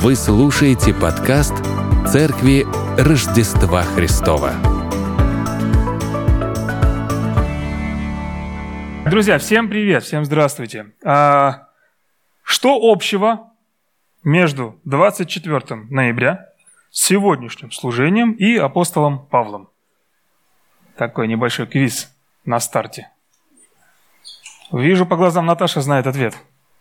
Вы слушаете подкаст Церкви Рождества Христова. Друзья, всем привет, всем здравствуйте. Что общего между 24 ноября, сегодняшним служением и апостолом Павлом? Такой небольшой квиз на старте. Вижу по глазам, Наташа знает ответ.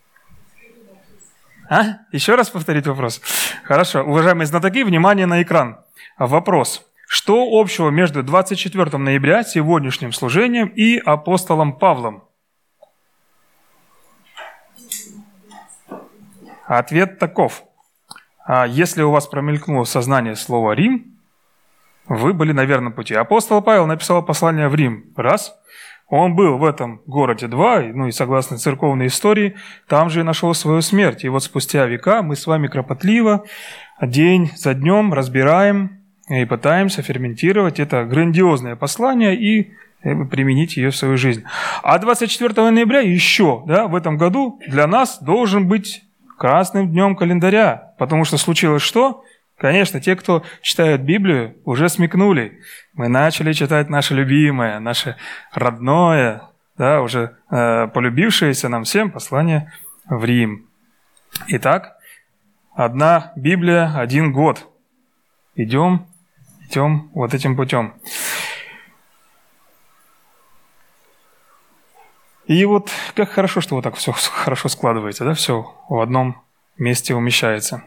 Еще раз повторить вопрос? Хорошо. Уважаемые знатоки, внимание на экран. Вопрос. Что общего между 24 ноября, сегодняшним служением и апостолом Павлом? Ответ таков. Если у вас промелькнуло в сознании слово «Рим», вы были на верном пути. Апостол Павел написал послание в Рим. Раз. Он был в этом городе. Два. И согласно церковной истории, там же и нашел свою смерть. И вот спустя века мы с вами кропотливо, день за днем разбираем и пытаемся ферментировать это грандиозное послание и применить ее в свою жизнь. А 24 ноября еще, в этом году для нас должен быть красным днем календаря. Потому что случилось что? Конечно, те, кто читают Библию, уже смекнули. Мы начали читать наше любимое, наше родное, уже полюбившееся нам всем послание в Рим. Итак, одна Библия, один год. Идем вот этим путем. И вот как хорошо, что вот так все хорошо складывается, все в одном месте умещается.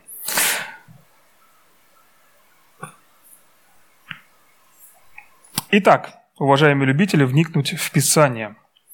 Итак, уважаемые любители, вникнуть в Писание.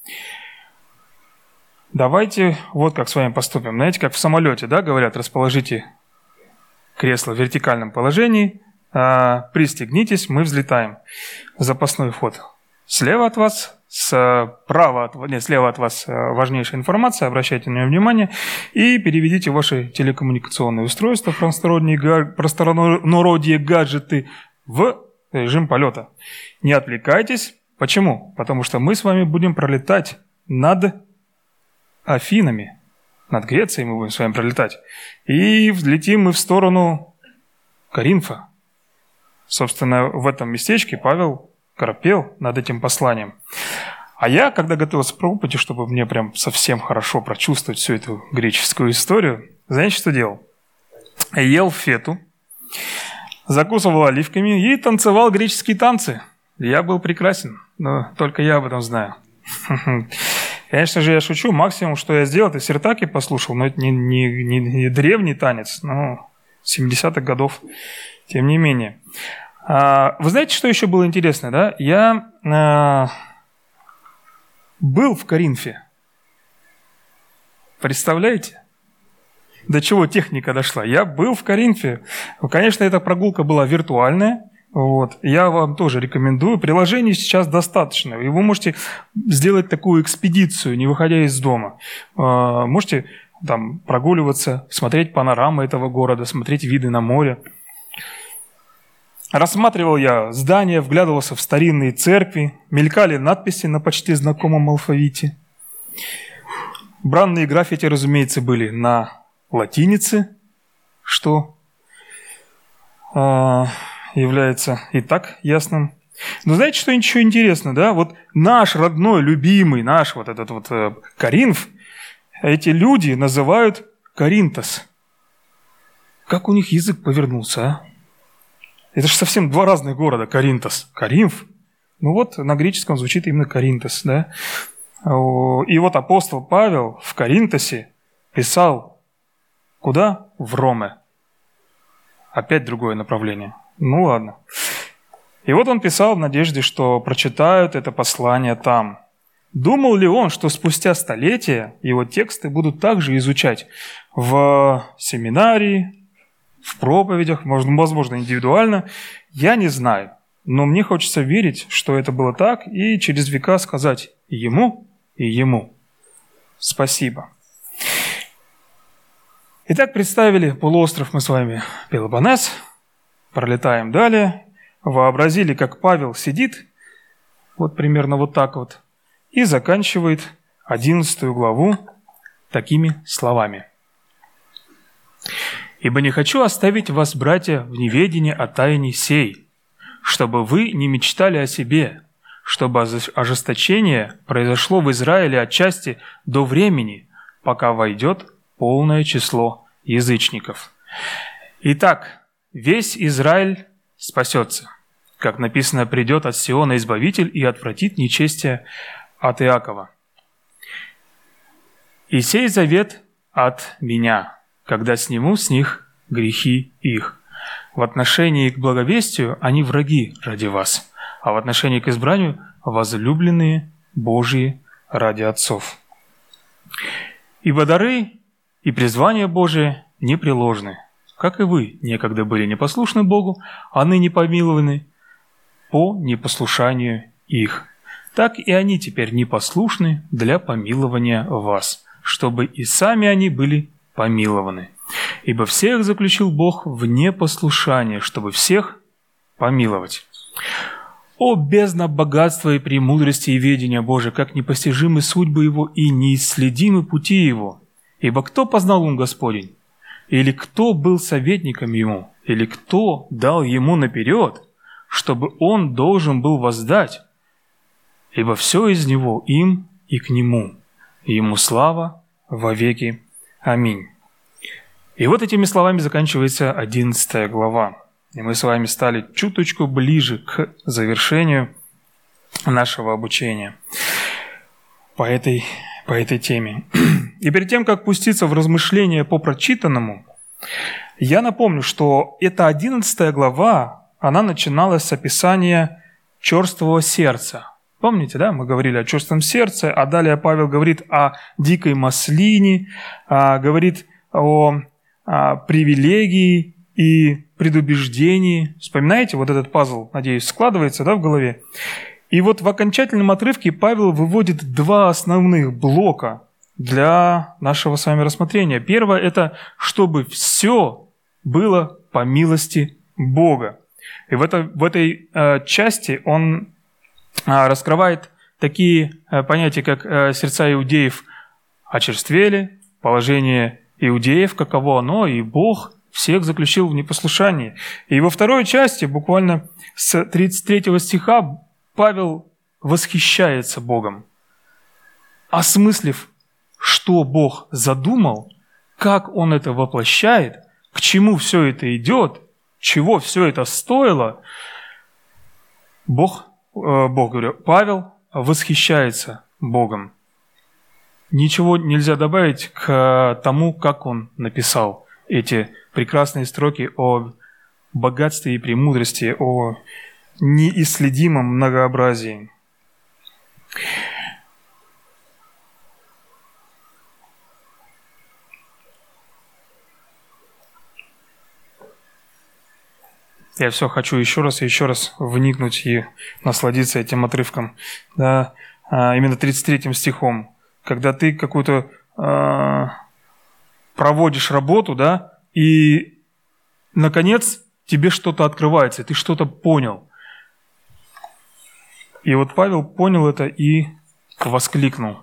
Давайте вот как с вами поступим. Знаете, как в самолете, говорят, расположите кресло в вертикальном положении, пристегнитесь, мы взлетаем. Запасной вход. Слева от вас, слева от вас важнейшая информация, обращайте на нее внимание и переведите ваши телекоммуникационные устройства, простонародье гаджеты в режим полета. Не отвлекайтесь. Почему? Потому что мы с вами будем пролетать над Афинами. Над Грецией мы будем с вами пролетать. И взлетим мы в сторону Коринфа. Собственно, в этом местечке Павел корпел над этим посланием. А я, когда готовился к проповеди, чтобы мне прям совсем хорошо прочувствовать всю эту греческую историю, знаете, что делал? Ел фету, закусывал оливками и танцевал греческие танцы. Я был прекрасен, но только я об этом знаю. Конечно же, я шучу. Максимум, что я сделал, это сиртаки послушал, но это не древний танец, но 70-х годов, тем не менее. Вы знаете, что еще было интересно, Я был в Коринфе. Представляете? До чего техника дошла. Я был в Коринфе. Конечно, эта прогулка была виртуальная. Я вам тоже рекомендую. Приложений сейчас достаточно. И вы можете сделать такую экспедицию, не выходя из дома. Можете там прогуливаться, смотреть панорамы этого города, смотреть виды на море. Рассматривал я здания, вглядывался в старинные церкви. Мелькали надписи на почти знакомом алфавите. Бранные граффити, разумеется, были на латинице, что является и так ясным. Но знаете, что ничего интересного, Вот наш родной, любимый, наш вот этот вот Коринф, эти люди называют Коринтос. Как у них язык повернулся, Это же совсем два разных города, Коринтос. Коринф. На греческом звучит именно Коринтос, И вот апостол Павел в Коринтосе писал куда? В Роме. Опять другое направление. Ладно. И вот он писал в надежде, что прочитают это послание там. Думал ли он, что спустя столетия его тексты будут также изучать в семинарии, в проповедях, возможно, индивидуально? Я не знаю. Но мне хочется верить, что это было так, и через века сказать и ему спасибо. Итак, представили полуостров мы с вами Пелопоннес, пролетаем далее, вообразили, как Павел сидит, примерно вот так вот, и заканчивает 11 главу такими словами. Ибо не хочу оставить вас, братья, в неведении о тайне сей, чтобы вы не мечтали о себе, чтобы ожесточение произошло в Израиле отчасти до времени, пока войдет полное число язычников. Итак, весь Израиль спасется. Как написано, придет от Сиона Избавитель и отвратит нечестие от Иакова. И сей завет от меня, когда сниму с них грехи их. В отношении к благовестию они враги ради вас, а в отношении к избранию возлюбленные Божьи ради отцов. Ибо дары и призвания Божие непреложны, как и вы некогда были непослушны Богу, а ныне помилованы по непослушанию их. Так и они теперь непослушны для помилования вас, чтобы и сами они были помилованы. Ибо всех заключил Бог в непослушание, чтобы всех помиловать. О, бездна богатства и премудрости и ведения Божия, как непостижимы судьбы Его и неисследимы пути Его! Ибо кто познал ум Господень? Или кто был советником Ему? Или кто дал Ему наперед, чтобы Он должен был воздать? Ибо все из Него, им и к Нему. Ему слава во веки. Аминь. И вот этими словами заканчивается 11 глава. И мы с вами стали чуточку ближе к завершению нашего обучения по этой теме. И перед тем, как пуститься в размышления по прочитанному, я напомню, что эта 11 глава, она начиналась с описания черствого сердца. Помните, да, мы говорили о черством сердце, а далее Павел говорит о дикой маслине, говорит о привилегии и предубеждении. Вспоминаете, вот этот пазл, надеюсь, складывается, да, в голове? И вот в окончательном отрывке Павел выводит два основных блока для нашего с вами рассмотрения. Первое – это чтобы все было по милости Бога. И в этой части он раскрывает такие понятия, как сердца иудеев очерствели, положение иудеев, каково оно, и Бог всех заключил в непослушании. И во второй части, буквально с 33 стиха, Павел восхищается Богом, осмыслив, что Бог задумал, как Он это воплощает, к чему все это идет, чего все это стоило. Павел восхищается Богом. Ничего нельзя добавить к тому, как он написал эти прекрасные строки о богатстве и премудрости, о неисследимом многообразии. Я все хочу еще раз вникнуть и насладиться этим отрывком. Да, именно 33 стихом. Когда ты какую-то проводишь работу, да, и, наконец, тебе что-то открывается, ты что-то понял. И вот Павел понял это и воскликнул.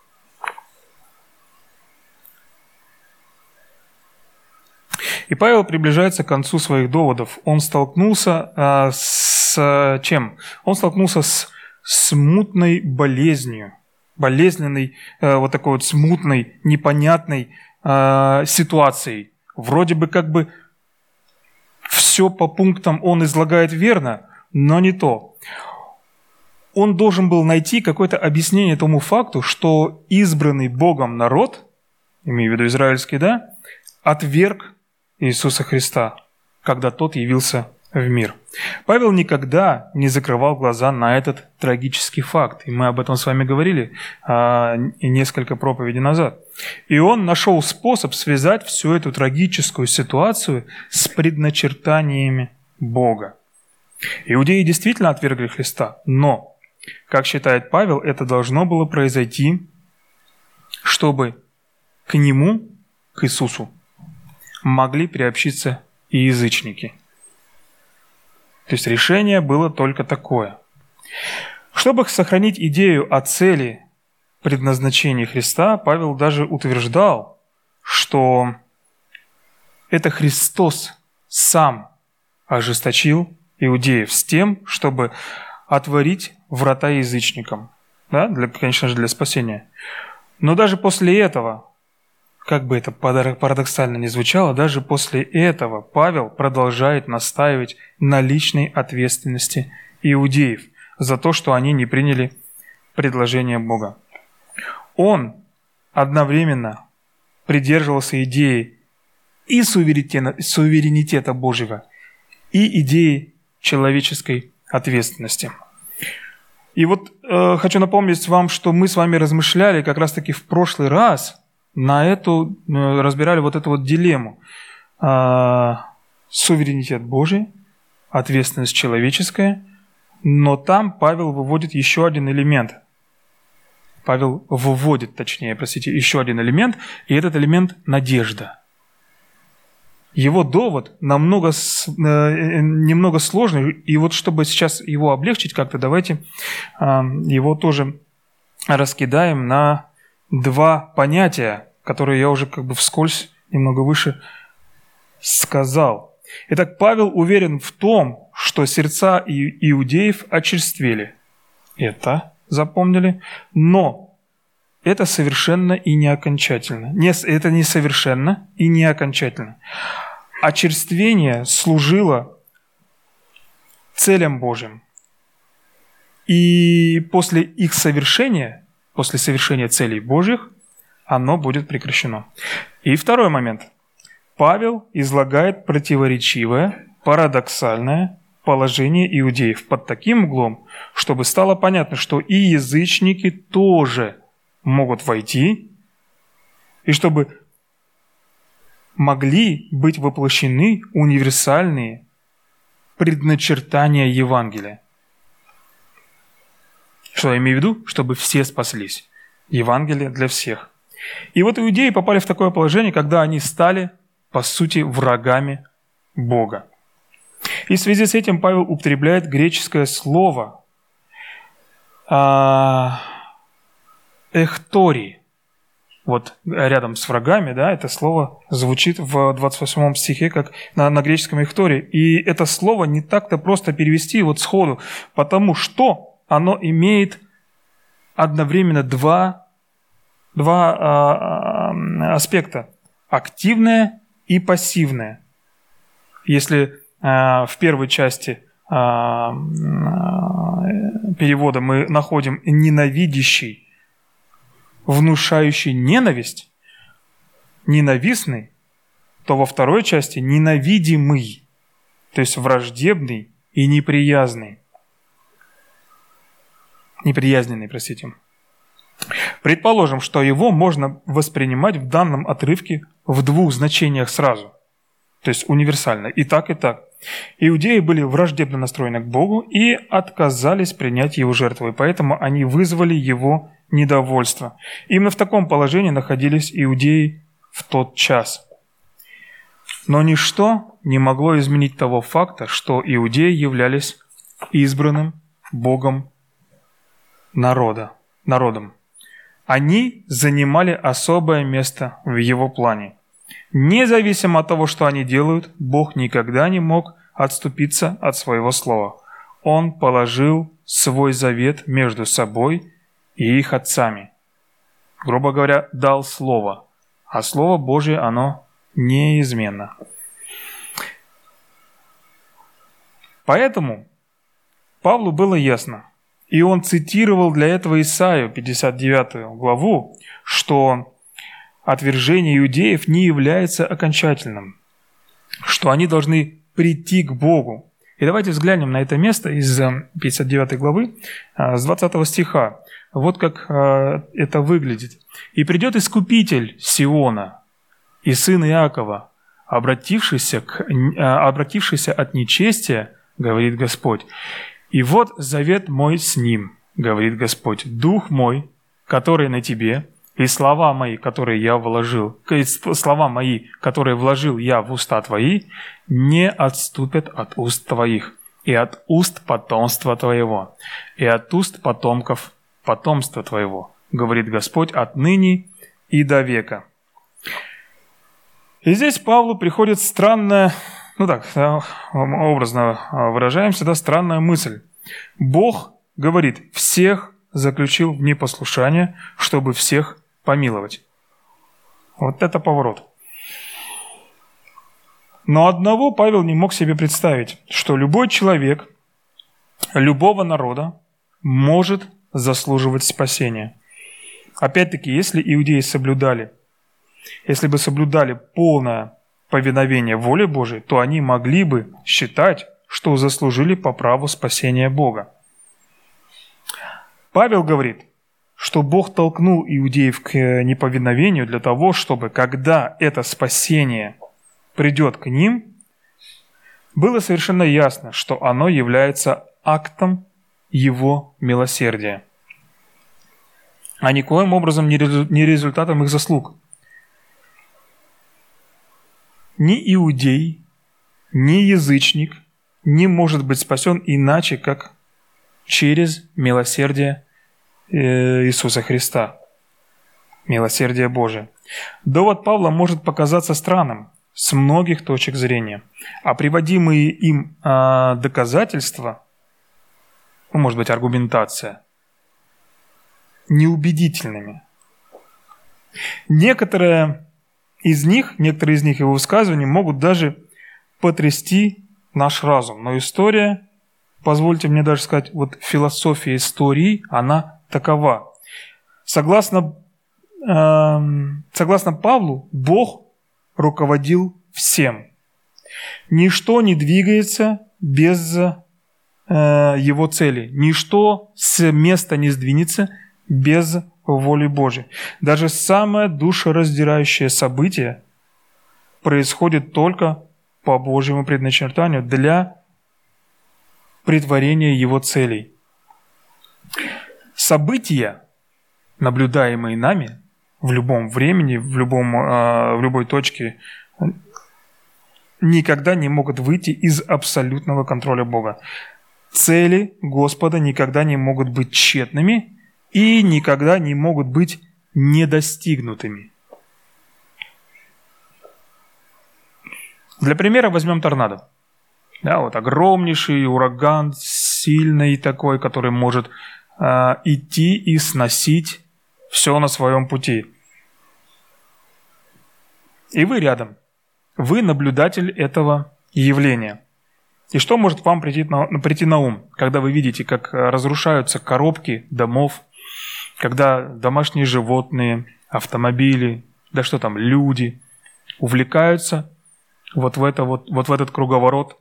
И Павел приближается к концу своих доводов. Он столкнулся с чем? Он столкнулся с смутной болезнью, болезненной, вот такой вот смутной, непонятной ситуацией. Вроде бы как бы все по пунктам он излагает верно, но не то. Он должен был найти какое-то объяснение тому факту, что избранный Богом народ, имею в виду израильский, да, отверг Иисуса Христа, когда Тот явился в мир. Павел никогда не закрывал глаза на этот трагический факт, и мы об этом с вами говорили несколько проповедей назад. И он нашел способ связать всю эту трагическую ситуацию с предначертаниями Бога. Иудеи действительно отвергли Христа, но, как считает Павел, это должно было произойти, чтобы к Нему, к Иисусу, могли приобщиться и язычники. То есть решение было только такое. Чтобы сохранить идею о цели предназначения Христа, Павел даже утверждал, что это Христос сам ожесточил иудеев с тем, чтобы отворить врата язычникам, да? Конечно же, для спасения. Но даже после этого, как бы это парадоксально ни звучало, даже после этого Павел продолжает настаивать на личной ответственности иудеев за то, что они не приняли предложение Бога. Он одновременно придерживался идеи и суверенитета Божьего, и идеи человеческой ответственности. И вот хочу напомнить вам, что мы с вами размышляли как раз-таки в прошлый раз разбирали вот эту вот дилемму. Суверенитет Божий, ответственность человеческая, но там Павел выводит еще один элемент. Еще один элемент, и этот элемент – надежда. Его довод немного сложный, и вот чтобы сейчас его облегчить как-то, давайте его тоже раскидаем на два понятия, которые я уже как бы вскользь немного выше сказал. Итак, Павел уверен в том, что сердца иудеев очерствели. Это запомнили, но это совершенно и не окончательно. Это не совершенно и не окончательно. Очерствение служило целям Божьим. И после совершения целей Божьих, оно будет прекращено. И второй момент. Павел излагает противоречивое, парадоксальное положение иудеев под таким углом, чтобы стало понятно, что и язычники тоже могут войти, и чтобы могли быть воплощены универсальные предначертания Евангелия. Что я имею в виду? Чтобы все спаслись. Евангелие для всех. И вот иудеи попали в такое положение, когда они стали, по сути, врагами Бога. И в связи с этим Павел употребляет греческое слово «эхтори». Вот рядом с врагами, да, это слово звучит в 28 стихе как на греческом «эхтори». И это слово не так-то просто перевести вот сходу, потому что оно имеет одновременно два аспекта – активное и пассивное. Если в первой части перевода мы находим «ненавидящий», внушающий ненависть, ненавистный, то во второй части ненавидимый, то есть враждебный и неприязненный. Предположим, что его можно воспринимать в данном отрывке в двух значениях сразу, то есть универсально, и так, и так. Иудеи были враждебно настроены к Богу и отказались принять его жертву, и поэтому они вызвали его недовольство. Именно в таком положении находились иудеи в тот час. Но ничто не могло изменить того факта, что иудеи являлись избранным Богом народом. Они занимали особое место в его плане. Независимо от того, что они делают, Бог никогда не мог отступиться от своего слова. Он положил свой завет между собой и их отцами. Грубо говоря, дал слово. А Слово Божие, оно неизменно. Поэтому Павлу было ясно, и он цитировал для этого Исаию, 59 главу, что отвержение иудеев не является окончательным, что они должны прийти к Богу. И давайте взглянем на это место из 59 главы, с 20 стиха. Вот как это выглядит. «И придет Искупитель Сиона и сын Иакова, обратившийся от нечестия, говорит Господь. И вот завет мой с ним, говорит Господь, Дух мой, который на тебе, и слова мои, которые вложил я в уста твои, не отступят от уст твоих, и от уст потомства твоего, и от уст потомков потомства твоего, говорит Господь, отныне и до века». И здесь Павлу приходит странная, образно выражаемся, странная мысль. Бог, говорит, всех заключил в непослушание, чтобы всех помиловать. Вот это поворот. Но одного Павел не мог себе представить, что любой человек, любого народа может заслуживать спасения. Опять-таки, если иудеи если бы соблюдали полное повиновение воле Божией, то они могли бы считать, что заслужили по праву спасения Бога. Павел говорит, что Бог толкнул иудеев к неповиновению для того, чтобы, когда это спасение придет к ним, было совершенно ясно, что оно является актом Его милосердия, а никоим образом не результатом их заслуг. Ни иудей, ни язычник не может быть спасен иначе, как через милосердие Иисуса Христа, милосердие Божие. Довод Павла может показаться странным с многих точек зрения, а приводимые им доказательства, может быть, аргументация, неубедительными. Некоторые из них его высказывания могут даже потрясти наш разум. Но история, позвольте мне даже сказать, философия истории, она такова. Согласно Павлу, Бог руководил всем. Ничто не двигается без Его цели. Ничто с места не сдвинется без воли Божией. Даже самое душераздирающее событие происходит только по Божьему предначертанию для претворения Его целей. События, наблюдаемые нами в любом времени, в любой точке, никогда не могут выйти из абсолютного контроля Бога. Цели Господа никогда не могут быть тщетными и никогда не могут быть недостигнутыми. Для примера возьмем торнадо. Огромнейший ураган, сильный такой, который может идти и сносить все на своем пути. И вы рядом. Вы наблюдатель этого явления. И что может вам прийти на ум, когда вы видите, как разрушаются коробки домов, когда домашние животные, автомобили, люди увлекаются в этот круговорот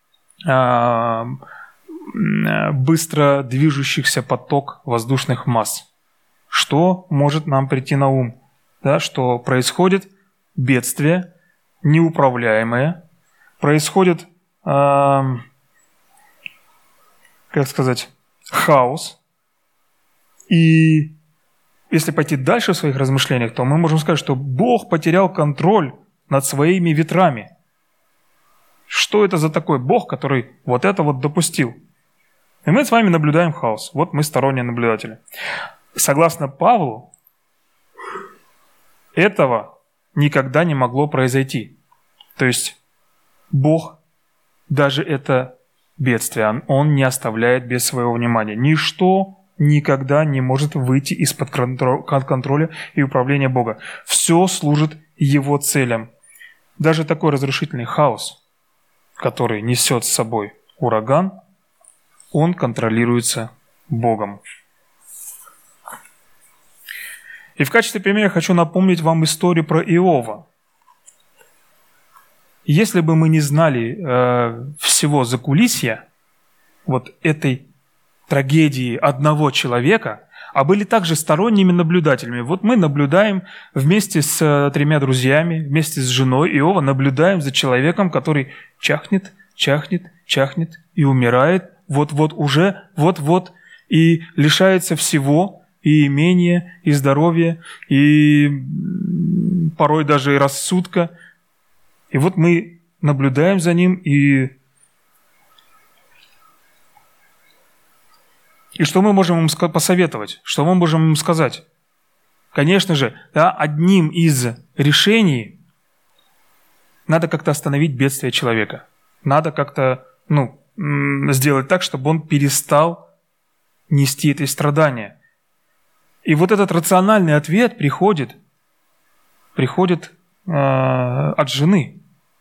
быстро движущихся поток воздушных масс. Что может нам прийти на ум? Что происходит бедствие, неуправляемое, происходит, хаос. И если пойти дальше в своих размышлениях, то мы можем сказать, что Бог потерял контроль над своими ветрами. Что это за такой Бог, который это допустил? И мы с вами наблюдаем хаос. Мы сторонние наблюдатели. Согласно Павлу, этого никогда не могло произойти. То есть Бог даже это бедствие, Он не оставляет без своего внимания. Ничто никогда не может выйти из-под контроля и управления Бога. Все служит Его целям. Даже такой разрушительный хаос, который несет с собой ураган, он контролируется Богом. И в качестве примера хочу напомнить вам историю про Иова. Если бы мы не знали всего закулисья этой трагедии одного человека, а были также сторонними наблюдателями. Мы наблюдаем вместе с 3 друзьями, вместе с женой Иова, наблюдаем за человеком, который чахнет и умирает, и лишается всего, и имения, и здоровья, и порой даже и рассудка. И мы наблюдаем за ним, и что мы можем им посоветовать? Что мы можем им сказать? Конечно же, одним из решений надо как-то остановить бедствие человека. Надо как-то сделать так, чтобы он перестал нести эти страдания. И вот этот рациональный ответ приходит от жены.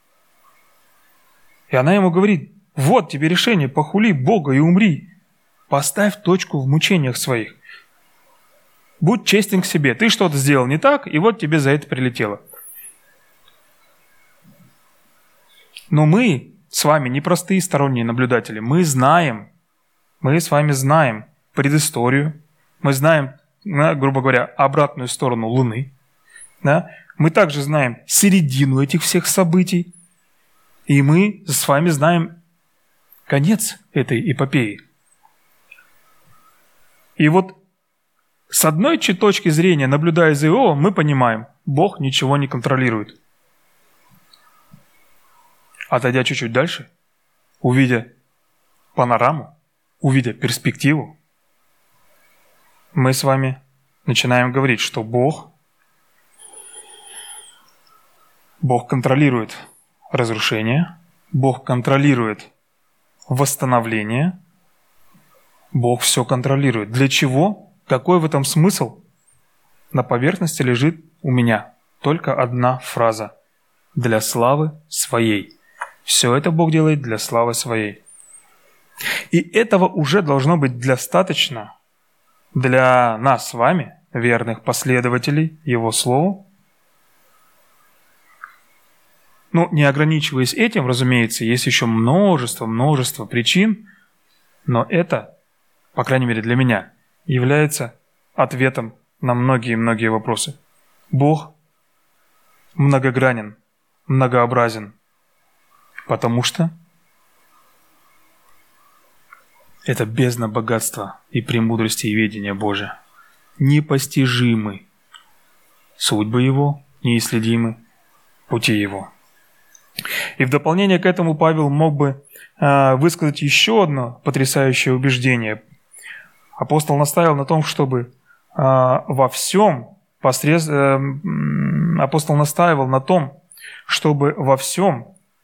И она ему говорит: вот тебе решение, похули Бога и умри. Поставь точку в мучениях своих. Будь честен к себе. Ты что-то сделал не так, и вот тебе за это прилетело. Но мы с вами не простые сторонние наблюдатели. Мы с вами знаем предысторию. Мы знаем, грубо говоря, обратную сторону Луны. Да? Мы также знаем середину этих всех событий. И мы с вами знаем конец этой эпопеи. И вот с одной точки зрения, наблюдая за Иовом, мы понимаем, Бог ничего не контролирует. Отойдя чуть-чуть дальше, увидя панораму, увидя перспективу, мы с вами начинаем говорить, что Бог контролирует разрушение, Бог контролирует восстановление, Бог все контролирует. Для чего? Какой в этом смысл? На поверхности лежит у меня только одна фраза: для славы своей. Все это Бог делает для славы своей. И этого уже должно быть достаточно для нас с вами, верных последователей Его Слову. Не ограничиваясь этим, разумеется, есть еще множество причин, но это, по крайней мере для меня, является ответом на многие вопросы. Бог многогранен, многообразен, потому что это бездна богатства и премудрости и ведения Божия. Непостижимы судьбы Его, неисследимы пути Его. И в дополнение к этому Павел мог бы высказать еще одно потрясающее убеждение. Апостол настаивал на том, чтобы апостол настаивал на том, чтобы во всем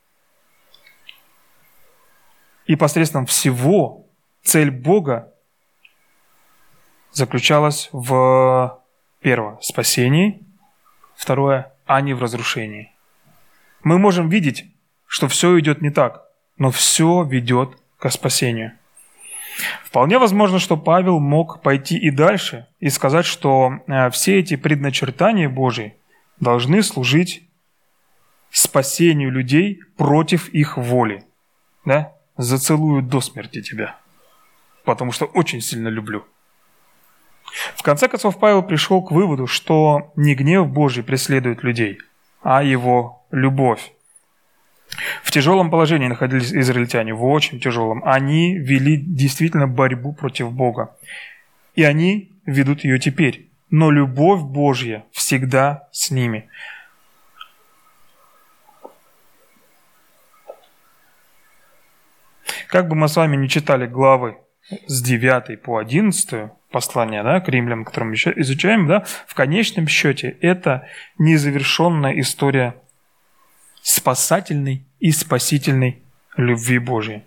и посредством всего цель Бога заключалась в, первое, спасении, второе, а не в разрушении. Мы можем видеть, что все идет не так, но все ведет к спасению. Вполне возможно, что Павел мог пойти и дальше и сказать, что все эти предначертания Божьи должны служить спасению людей против их воли. Да? Зацелую до смерти тебя, потому что очень сильно люблю. В конце концов, Павел пришел к выводу, что не гнев Божий преследует людей, а его любовь. В тяжелом положении находились израильтяне, в очень тяжелом. Они вели действительно борьбу против Бога. И они ведут ее теперь. Но любовь Божья всегда с ними. Как бы мы с вами не читали главы с 9 по 11 послания, к римлянам, которые мы изучаем, в конечном счете это незавершенная история спасательной и спасительной любви Божьей.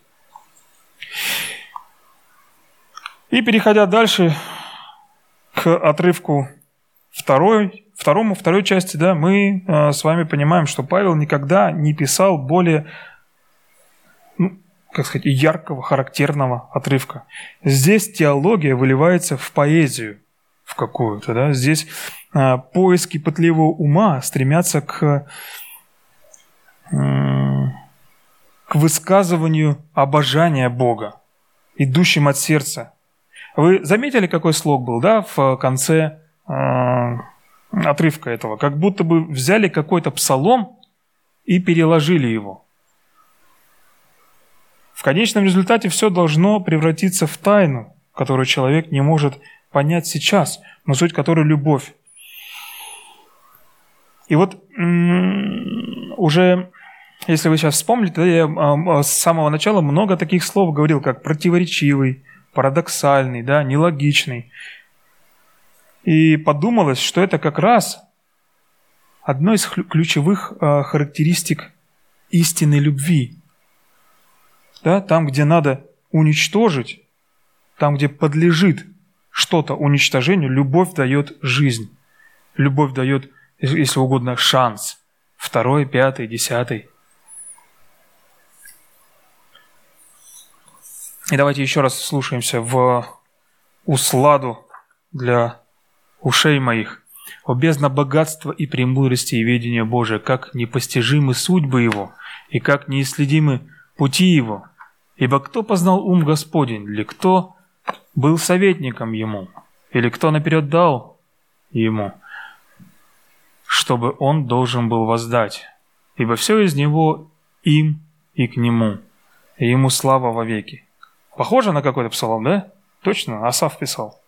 И переходя дальше к отрывку второй части, мы с вами понимаем, что Павел никогда не писал более яркого, характерного отрывка. Здесь теология выливается в поэзию, в какую-то. Здесь поиски пытливого ума стремятся к высказыванию обожания Бога, идущим от сердца. Вы заметили, какой слог был, в конце отрывка этого? Как будто бы взяли какой-то псалом и переложили его. В конечном результате все должно превратиться в тайну, которую человек не может понять сейчас, но суть которой – любовь. И вот уже, если вы сейчас вспомните, я с самого начала много таких слов говорил, как противоречивый, парадоксальный, нелогичный. И подумалось, что это как раз одно из ключевых характеристик истинной любви. Да? Там, где надо уничтожить, там, где подлежит что-то уничтожению, любовь дает жизнь. Любовь дает, если угодно, шанс. 2, 5, 10. И давайте еще раз вслушаемся в усладу для ушей моих. «О бездна богатства и премудрости и ведения Божия, как непостижимы судьбы Его, и как неисследимы пути Его. Ибо кто познал ум Господень, или кто был советником Ему, или кто наперед дал Ему, чтобы Он должен был воздать? Ибо все из Него, им и к Нему, и Ему слава вовеки». Похоже на какой-то псалом, да? Точно, Асаф писал.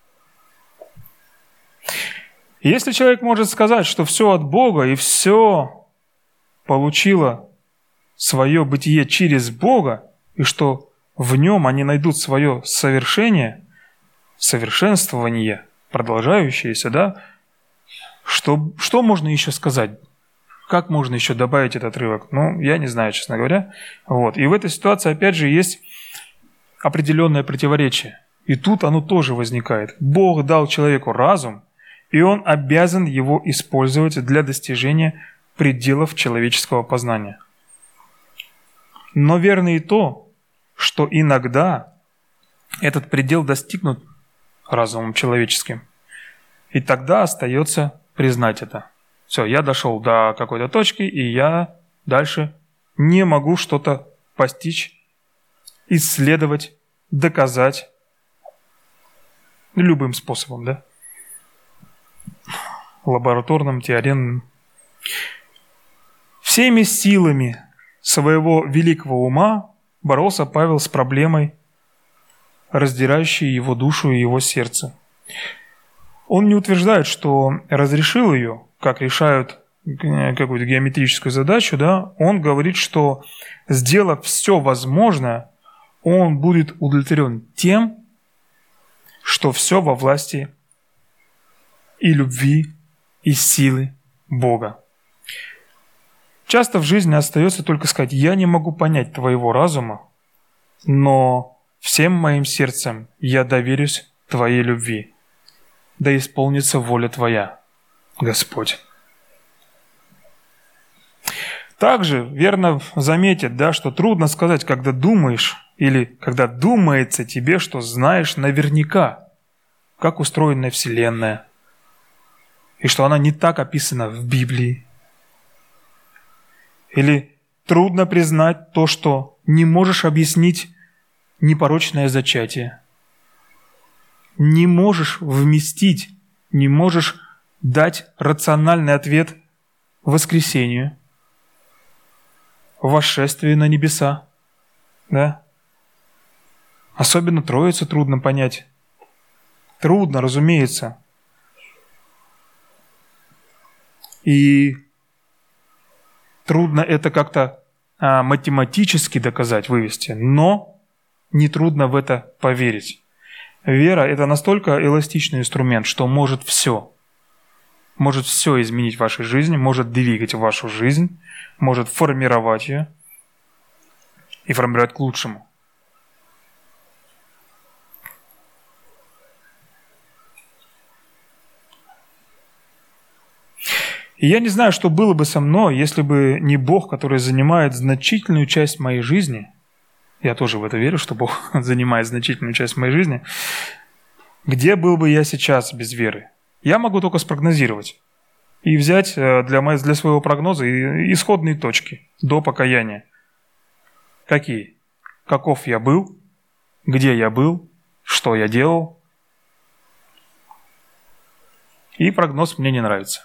И если человек может сказать, что все от Бога и все получило свое бытие через Бога, и что в нем они найдут свое совершение, совершенствование, продолжающееся, да? Что можно еще сказать? Как можно еще добавить этот отрывок? Ну, я не знаю, честно говоря. Вот. И в этой ситуации, опять же, есть определенное противоречие. И тут оно тоже возникает. Бог дал человеку разум, и он обязан его использовать для достижения пределов человеческого познания. Но верно и то, что иногда этот предел достигнут разумом человеческим. И тогда остается признать это. Все, я дошел до какой-то точки, и я дальше не могу что-то постичь, исследовать, доказать любым способом, да? Лабораторным, теоремным. Всеми силами своего великого ума боролся Павел с проблемой, раздирающей его душу и его сердце. Он не утверждает, что разрешил ее, как решают какую-то геометрическую задачу, да? Он говорит, что, сделав все возможное, он будет удовлетворен тем, что все во власти и любви, и силы Бога. Часто в жизни остается только сказать: «Я не могу понять твоего разума, но всем моим сердцем я доверюсь твоей любви. Да исполнится воля твоя, Господь». Также верно заметить, да, что трудно сказать, когда думаешь или когда думается тебе, что знаешь наверняка, как устроена Вселенная, и что она не так описана в Библии. Или трудно признать то, что не можешь объяснить непорочное зачатие. Не можешь вместить, не можешь дать рациональный ответ воскресению, восшествию на небеса. Да? Особенно Троицу трудно понять. Трудно, разумеется. И трудно это как-то математически доказать, вывести, но не трудно в это поверить. Вера – это настолько эластичный инструмент, что может все. Может все изменить в вашей жизни, может двигать вашу жизнь, может формировать ее и формировать к лучшему. И я не знаю, что было бы со мной, если бы не Бог, который занимает значительную часть моей жизни. Я тоже в это верю, что Бог занимает значительную часть моей жизни. Где был бы я сейчас без веры? Я могу только спрогнозировать и взять для своего прогноза исходные точки до покаяния. Какие? Каков я был? Где я был? Что я делал? И прогноз мне не нравится.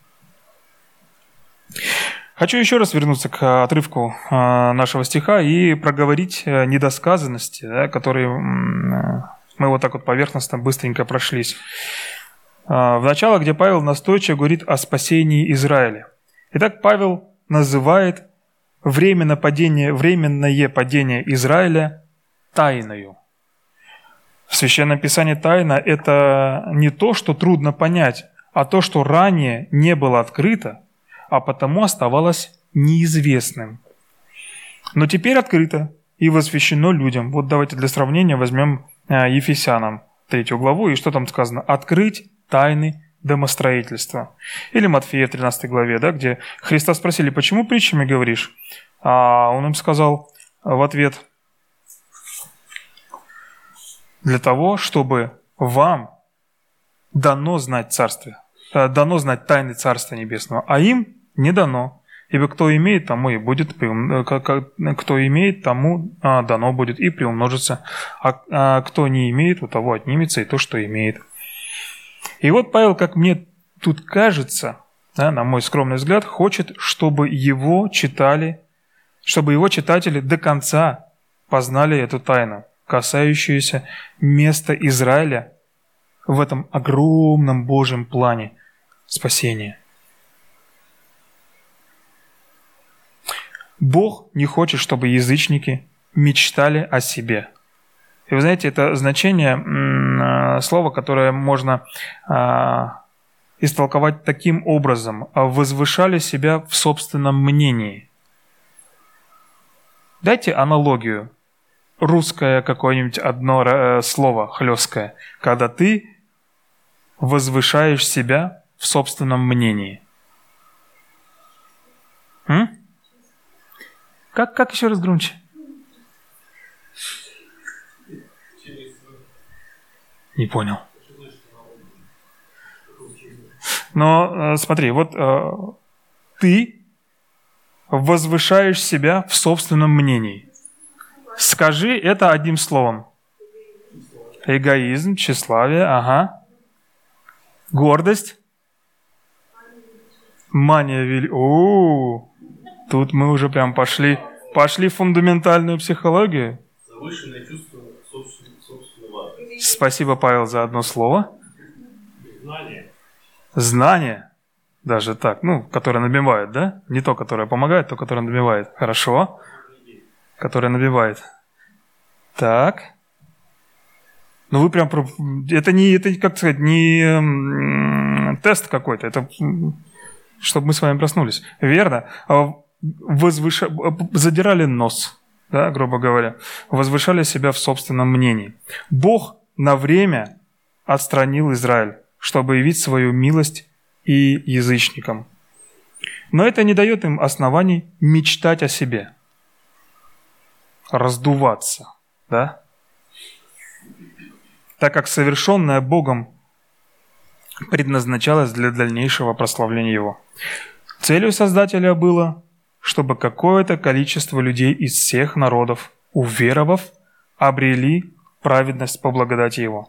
Хочу еще раз вернуться к отрывку нашего стиха и проговорить недосказанности, да, которые мы вот так вот поверхностно быстренько прошлись. В начало, где Павел настойчиво говорит о спасении Израиля. Итак, Павел называет временное падение Израиля тайною. В Священном Писании тайна – это не то, что трудно понять, а то, что ранее не было открыто, а потому оставалось неизвестным. Но теперь открыто и восвящено людям. Вот давайте для сравнения возьмем Ефесянам 3 главу, и что там сказано? «Открыть тайны домостроительства». Или Матфея в 13 главе, да, где Христа спросили, почему притчами говоришь? А он им сказал в ответ, для того, чтобы вам дано знать Царствие, дано знать тайны Царства Небесного, а им не дано. Ибо кто имеет, тому и будет, кто имеет, тому дано будет и приумножится, а кто не имеет, у того отнимется и то, что имеет. И вот Павел, как мне тут кажется, да, на мой скромный взгляд, хочет, чтобы его читатели до конца познали эту тайну, касающуюся места Израиля в этом огромном Божьем плане спасения. Бог не хочет, чтобы язычники мечтали о себе. И вы знаете, это значение слова, которое можно истолковать таким образом: возвышали себя в собственном мнении. Дайте аналогию. Русское какое-нибудь одно слово, хлесткое, когда ты возвышаешь себя в собственном мнении. Как еще раз громче? Не понял. Но смотри, вот ты возвышаешь себя в собственном мнении. Скажи это одним словом. Эгоизм, тщеславие, ага. Гордость. Мания тут мы уже прям пошли в фундаментальную психологию. Завышенное чувство собственного. Спасибо, Павел, за одно слово. Знание. Даже так, которое набивает, да? Не то, которое помогает, то, которое набивает. Хорошо. Которое набивает. Так. Вы прям... Это как сказать, не тест какой-то. Это чтобы мы с вами проснулись. Верно? Задирали нос, да, грубо говоря. Возвышали себя в собственном мнении. Бог на время отстранил Израиль, чтобы явить свою милость и язычникам. Но это не дает им оснований мечтать о себе. Раздуваться, да? Так как совершенное Богом предназначалось для дальнейшего прославления Его. Целью Создателя было, чтобы какое-то количество людей из всех народов, уверовав, обрели праведность по благодати Его.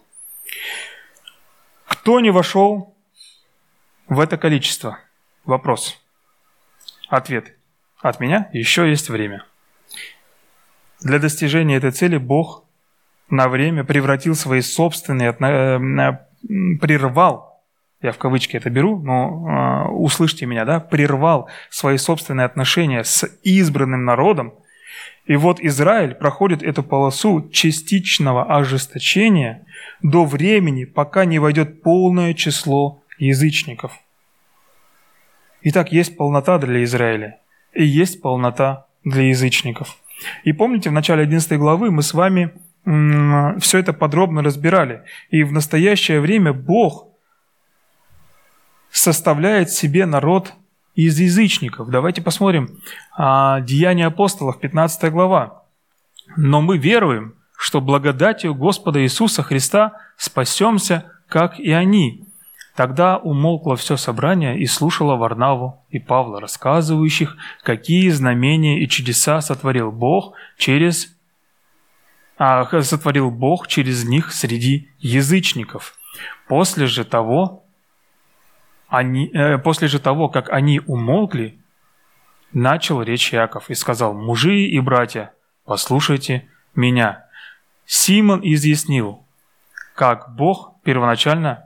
Кто не вошел в это количество? Вопрос. Ответ. От меня еще есть время. Для достижения этой цели Бог на время превратил свои собственные, прервал, я в кавычки это беру, но услышьте меня, да, прервал свои собственные отношения с избранным народом. И вот Израиль проходит эту полосу частичного ожесточения до времени, пока не войдет полное число язычников. Итак, есть полнота для Израиля и есть полнота для язычников. И помните, в начале 11 главы мы с вами все это подробно разбирали. И в настоящее время Бог составляет себе народ из язычников. Давайте посмотрим Деяния апостолов, 15 глава. «Но мы веруем, что благодатью Господа Иисуса Христа спасемся, как и они». Тогда умолкло все собрание и слушало Варнаву и Павла, рассказывающих, какие знамения и чудеса сотворил Бог через них среди язычников. После же того, как они умолкли, начал речь Иаков и сказал: «Мужи и братья, послушайте меня. Симон изъяснил, как Бог первоначально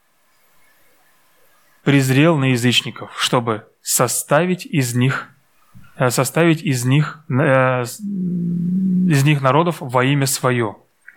презрел на язычников, чтобы составить из них народов во имя свое».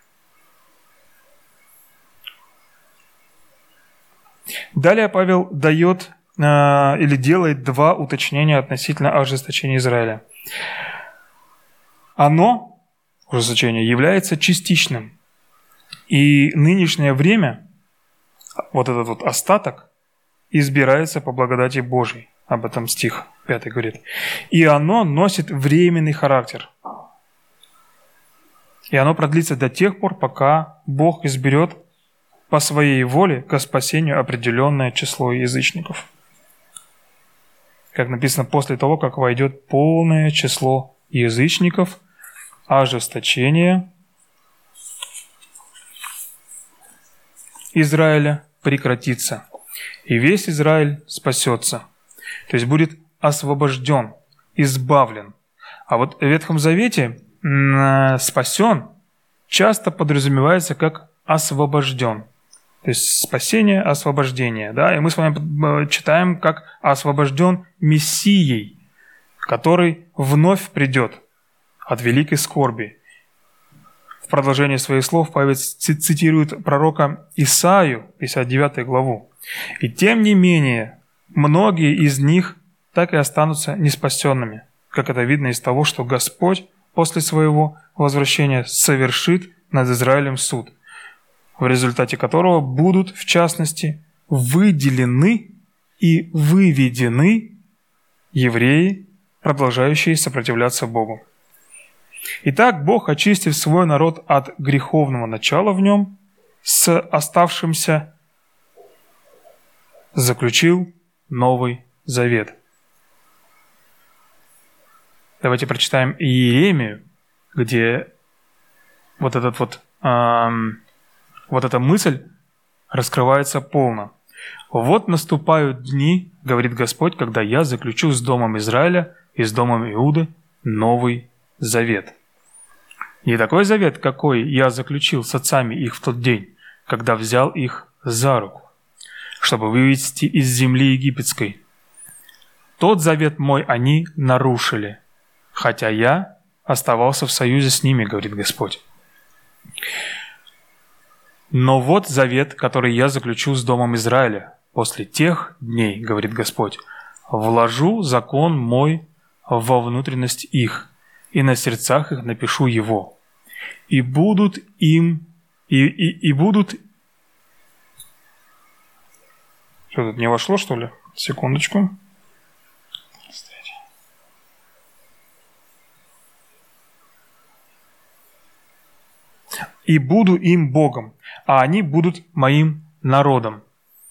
Далее Павел дает или делает два уточнения относительно ожесточения Израиля. оно, ужесточение, является частичным. И нынешнее время, вот этот вот остаток, избирается по благодати Божьей. Об этом стих 5 говорит. И оно носит временный характер. И оно продлится до тех пор, пока Бог изберет по своей воле к спасению определенное число язычников. Как написано, после того, как войдет полное число язычников, ожесточение Израиля прекратится, и весь Израиль спасется. То есть будет освобожден, избавлен. А вот в Ветхом Завете спасен часто подразумевается как освобожден. То есть спасение, освобождение. Да? И мы с вами читаем, как освобожден Мессией, который вновь придет от великой скорби. В продолжении своих слов Павел цитирует пророка Исаию, 59 главу. «И тем не менее, многие из них так и останутся неспасенными, как это видно из того, что Господь после своего возвращения совершит над Израилем суд, в результате которого будут, в частности, выделены и выведены евреи, продолжающие сопротивляться Богу. Итак, Бог, очистив свой народ от греховного начала в нем, с оставшимся заключил Новый Завет». Давайте прочитаем Иеремию, где вот эта мысль раскрывается полно. «Вот наступают дни, — говорит Господь, — когда я заключу с домом Израиля и с домом Иуды Новый Завет. Не такой завет, какой я заключил с отцами их в тот день, когда взял их за руку, чтобы вывести из земли египетской. Тот завет мой они нарушили, хотя я оставался в союзе с ними, — говорит Господь. Но вот завет, который я заключу с домом Израиля после тех дней, — говорит Господь, — вложу закон мой во внутренность их, и на сердцах их напишу его. И будут им, и будут... Что тут, не вошло, что ли? Секундочку. «И буду им Богом, а они будут моим народом.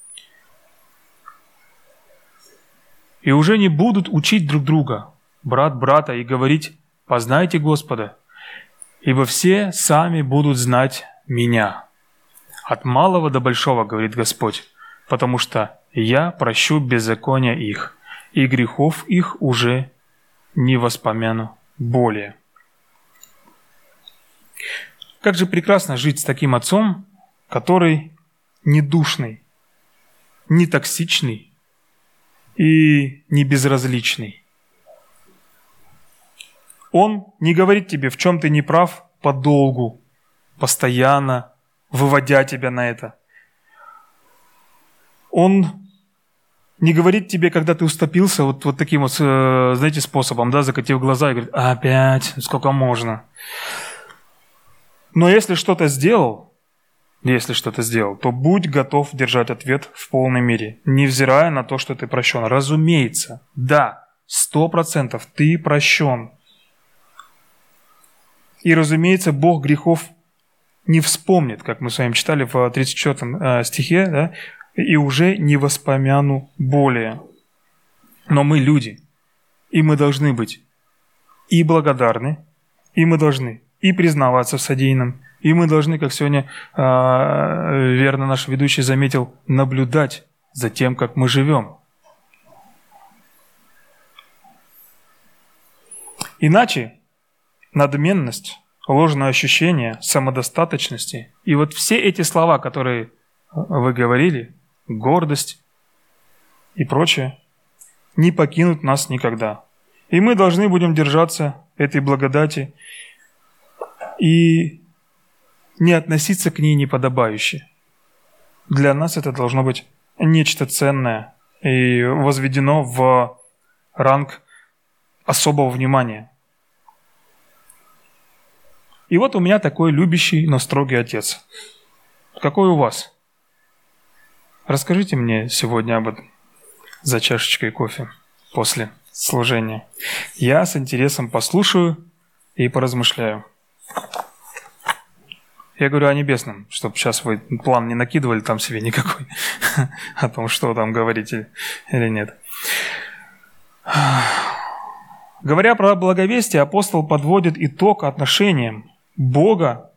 И уже не будут учить друг друга, брат брата, и говорить: познайте Господа, ибо все сами будут знать меня. От малого до большого, — говорит Господь, — потому что я прощу беззакония их, и грехов их уже не воспомяну более». Как же прекрасно жить с таким отцом, который не душный, не токсичный и не безразличный. Он не говорит тебе, в чем ты не прав, подолгу, постоянно выводя тебя на это. Он не говорит тебе, когда ты уступился вот таким вот, знаете, способом, да, закатив глаза и говорит: опять, сколько можно. Но если что-то сделал, то будь готов держать ответ в полной мере, невзирая на то, что ты прощен. Разумеется, да, 100% ты прощен. И, разумеется, Бог грехов не вспомнит, как мы с вами читали в 34 стихе, да, и уже не воспомяну более. Но мы люди, и мы должны быть и благодарны, и мы должны и признаваться в содеянном, и мы должны, как сегодня верно наш ведущий заметил, наблюдать за тем, как мы живем. Иначе надменность, ложное ощущение самодостаточности и вот все эти слова, которые вы говорили, гордость и прочее, не покинут нас никогда. И мы должны будем держаться этой благодати и не относиться к ней неподобающе. Для нас это должно быть нечто ценное и возведено в ранг особого внимания. И вот у меня такой любящий, но строгий отец. Какой у вас? Расскажите мне сегодня об этом за чашечкой кофе после служения. Я с интересом послушаю и поразмышляю. Я говорю о небесном, чтобы сейчас вы план не накидывали там себе никакой о том, что там говорите или нет. Говоря про благовестие, апостол подводит итог отношениям Бога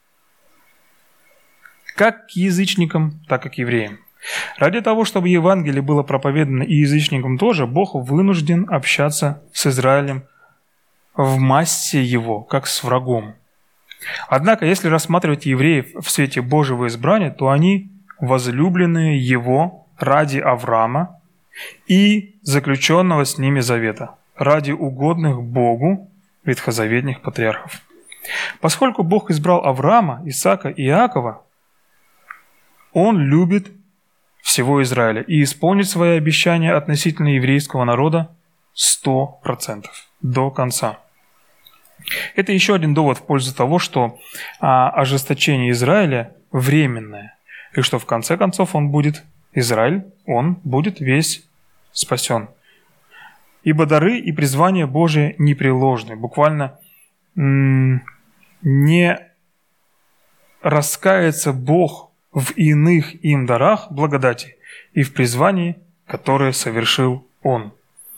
как к язычникам, так и к евреям. Ради того, чтобы Евангелие было проповедано и язычникам тоже, Бог вынужден общаться с Израилем в массе его, как с врагом. Однако, если рассматривать евреев в свете Божьего избрания, то они возлюбленные Его ради Авраама и заключенного с ними завета, ради угодных Богу ветхозаветных патриархов. Поскольку Бог избрал Авраама, Исаака и Иакова, Он любит всего Израиля и исполнит свои обещания относительно еврейского народа 100% до конца. Это еще один довод в пользу того, что ожесточение Израиля временное, и что в конце концов Израиль будет весь спасен. Ибо дары и призвания Божие непреложны. Буквально не раскается Бог в иных им дарах благодати и в призвании, которое совершил Он.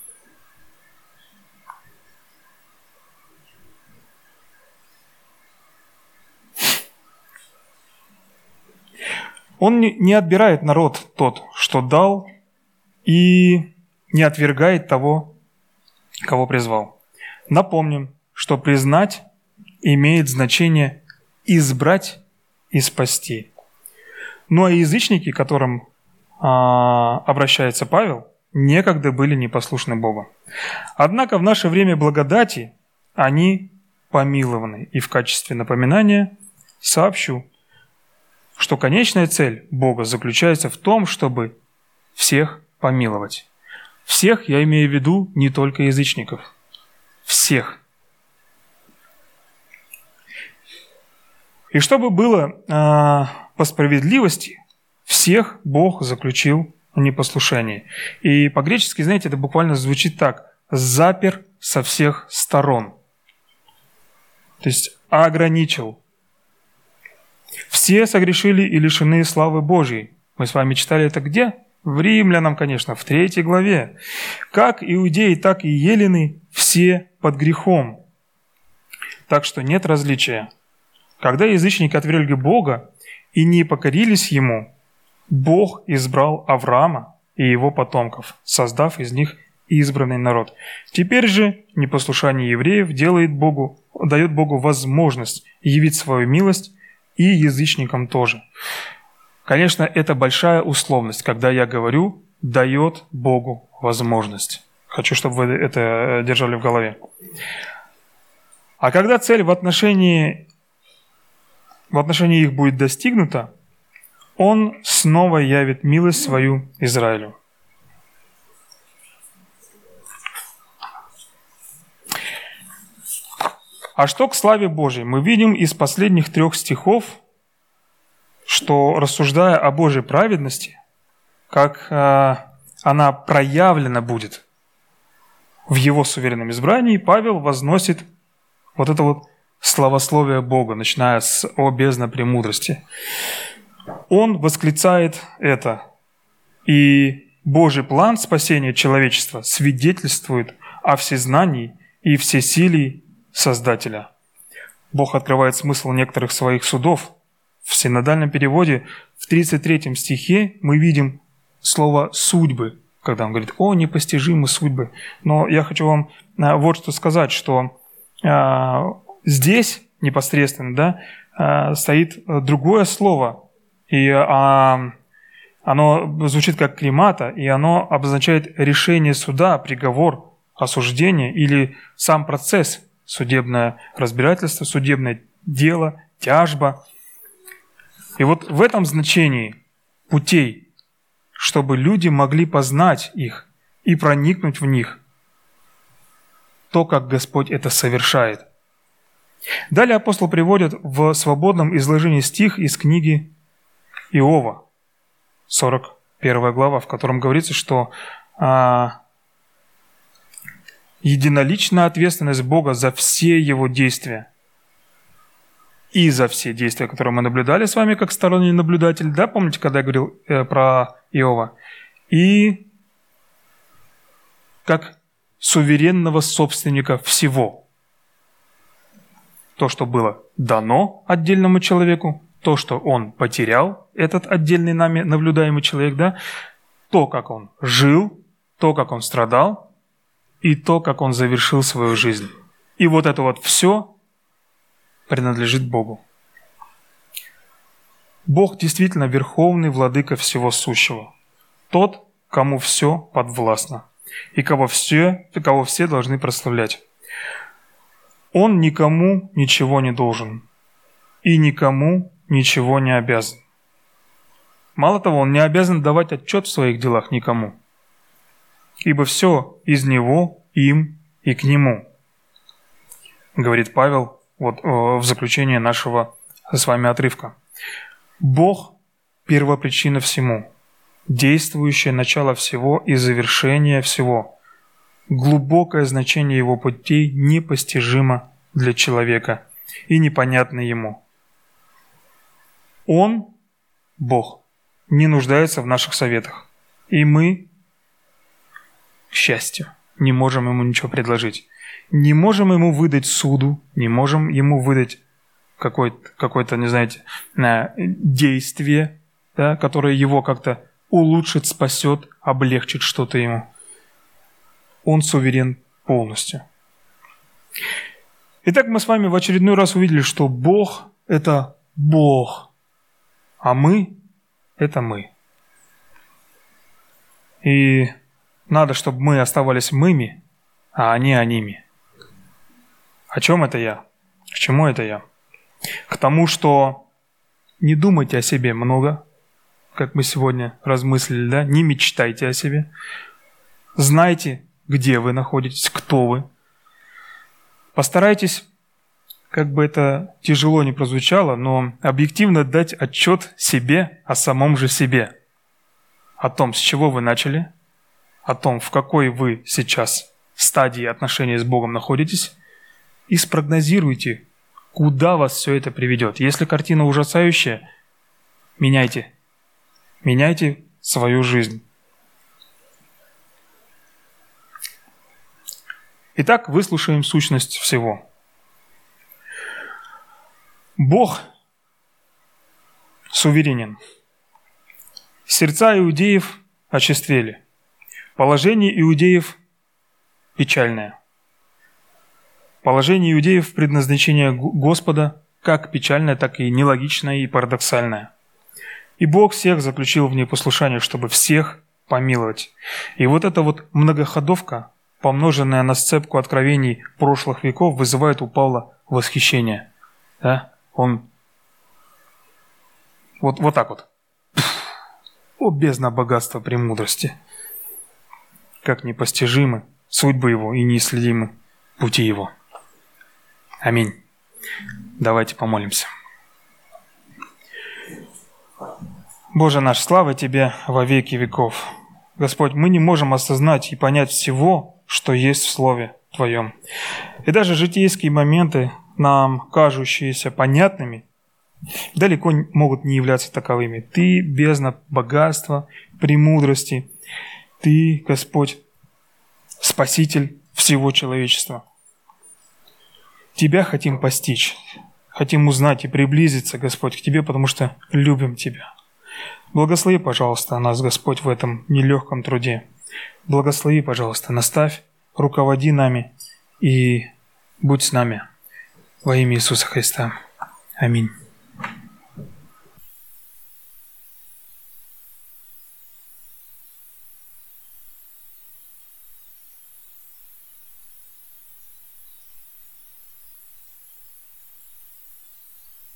Он не отбирает народ тот, что дал, и не отвергает того, кого призвал. Напомним, что признать имеет значение избрать и спасти. Ну а язычники, к которым обращается Павел, некогда были непослушны Богу. Однако в наше время благодати они помилованы. И в качестве напоминания сообщу, что конечная цель Бога заключается в том, чтобы всех помиловать. Всех, я имею в виду, не только язычников. Всех. И чтобы было по справедливости, всех Бог заключил в непослушании. И по-гречески, знаете, это буквально звучит так: запер со всех сторон. То есть ограничил. Все согрешили и лишены славы Божьей. Мы с вами читали это где? В Римлянам, конечно, в 3 главе. Как иудеи, так и елены, все под грехом. Так что нет различия. Когда язычники отвергли Бога и не покорились Ему, Бог избрал Авраама и его потомков, создав из них избранный народ. Теперь же непослушание евреев дает Богу возможность явить свою милость и язычникам тоже. Конечно, это большая условность, когда я говорю «дает Богу возможность». Хочу, чтобы вы это держали в голове. А когда цель в отношении их будет достигнута, Он снова явит милость свою Израилю. А что к славе Божьей? Мы видим из последних 3 стихов, что, рассуждая о Божьей праведности, как она проявлена будет в Его суверенном избрании, Павел возносит вот это вот славословие Бога, начиная с «О бездна премудрости». Он восклицает это, и Божий план спасения человечества свидетельствует о всезнании и всесилии Создателя. Бог открывает смысл некоторых своих судов. В синодальном переводе в 33 стихе мы видим слово «судьбы», когда он говорит «О, непостижимы судьбы». Но я хочу вам вот что сказать, что здесь непосредственно стоит другое слово, и оно звучит как кремата, и оно обозначает решение суда, приговор, осуждение или сам процесс, судебное разбирательство, судебное дело, тяжба. И вот в этом значении путей, чтобы люди могли познать их и проникнуть в них, то, как Господь это совершает. Далее апостол приводит в свободном изложении стих из книги Иова, 41 глава, в котором говорится, что единоличная ответственность Бога за все Его действия и за все действия, которые мы наблюдали с вами как сторонний наблюдатель, да, помните, когда я говорил про Иова, и как суверенного собственника всего. То, что было дано отдельному человеку, то, что он потерял, этот отдельный нами наблюдаемый человек, да, то, как он жил, то, как он страдал, и то, как он завершил свою жизнь. И вот это вот все принадлежит Богу. Бог действительно верховный владыка всего сущего. Тот, кому все подвластно, и кого все должны прославлять. Он никому ничего не должен, и никому ничего не обязан. Мало того, он не обязан давать отчет в своих делах никому, ибо все из него, им и к нему, говорит Павел вот в заключение нашего с вами отрывка. Бог – первопричина всему, действующее начало всего и завершение всего. Глубокое значение Его путей непостижимо для человека и непонятно Ему. Он, Бог, не нуждается в наших советах, и мы, к счастью, не можем Ему ничего предложить. Не можем Ему выдать суду, не можем Ему выдать какое-то, не знаете, действие, да, которое Его как-то улучшит, спасет, облегчит что-то Ему. Он суверен полностью. Итак, мы с вами в очередной раз увидели, что Бог – это Бог, а мы – это мы. И надо, чтобы мы оставались мыми, а они оними. О чем это я? К чему это я? К тому, что не думайте о себе много, как мы сегодня размыслили, да? Не мечтайте о себе. Знайте, где вы находитесь, кто вы. Постарайтесь, как бы это тяжело ни прозвучало, но объективно дать отчет себе о самом же себе. О том, с чего вы начали, о том, в какой вы сейчас стадии отношений с Богом находитесь, и спрогнозируйте, куда вас все это приведет. Если картина ужасающая, меняйте. Меняйте свою жизнь. Итак, выслушаем сущность всего. Бог суверенен. Сердца иудеев очерствели. Положение иудеев печальное. Положение иудеев – предназначение Господа как печальное, так и нелогичное и парадоксальное. И Бог всех заключил в непослушание, чтобы всех помиловать. И вот эта вот многоходовка, помноженная на сцепку откровений прошлых веков, вызывает у Павла восхищение. Да? Он вот так вот. О, бездна богатства премудрости! Как непостижимы судьбы Его и неисследимы пути Его. Аминь. Давайте помолимся. Боже наш, слава Тебе во веки веков. Господь, мы не можем осознать и понять всего, что есть в Слове Твоем. И даже житейские моменты, нам кажущиеся понятными, далеко могут не являться таковыми. Ты бездна богатства, премудрости. Ты, Господь, Спаситель всего человечества. Тебя хотим постичь, хотим узнать и приблизиться, Господь, к Тебе, потому что любим Тебя. Благослови, пожалуйста, нас, Господь, в этом нелегком труде. Благослови, пожалуйста, наставь, руководи нами и будь с нами. Во имя Иисуса Христа. Аминь.